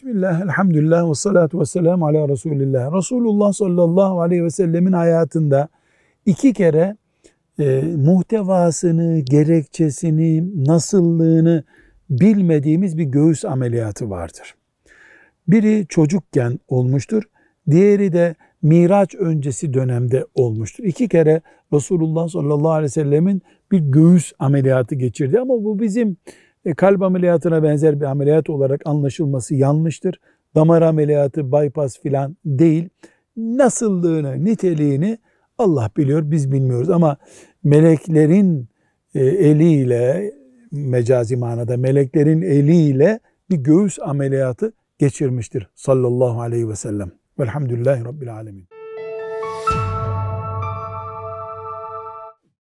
Bismillah, elhamdülillah ve salatu ve selamu ala Resulillah. Resulullah sallallahu aleyhi ve sellemin hayatında iki kere muhtevasını, gerekçesini, nasıllığını bilmediğimiz bir göğüs ameliyatı vardır. Biri çocukken olmuştur, diğeri de Miraç öncesi dönemde olmuştur. İki kere Resulullah sallallahu aleyhi ve sellemin bir göğüs ameliyatı geçirdi ama bu bizim kalp ameliyatına benzer bir ameliyat olarak anlaşılması yanlıştır. Damar ameliyatı, bypass filan değil. Nasıllığını, niteliğini Allah biliyor, biz bilmiyoruz ama meleklerin eliyle, mecazi manada meleklerin eliyle bir göğüs ameliyatı geçirmiştir sallallahu aleyhi ve sellem. Velhamdülillahi Rabbil alemin.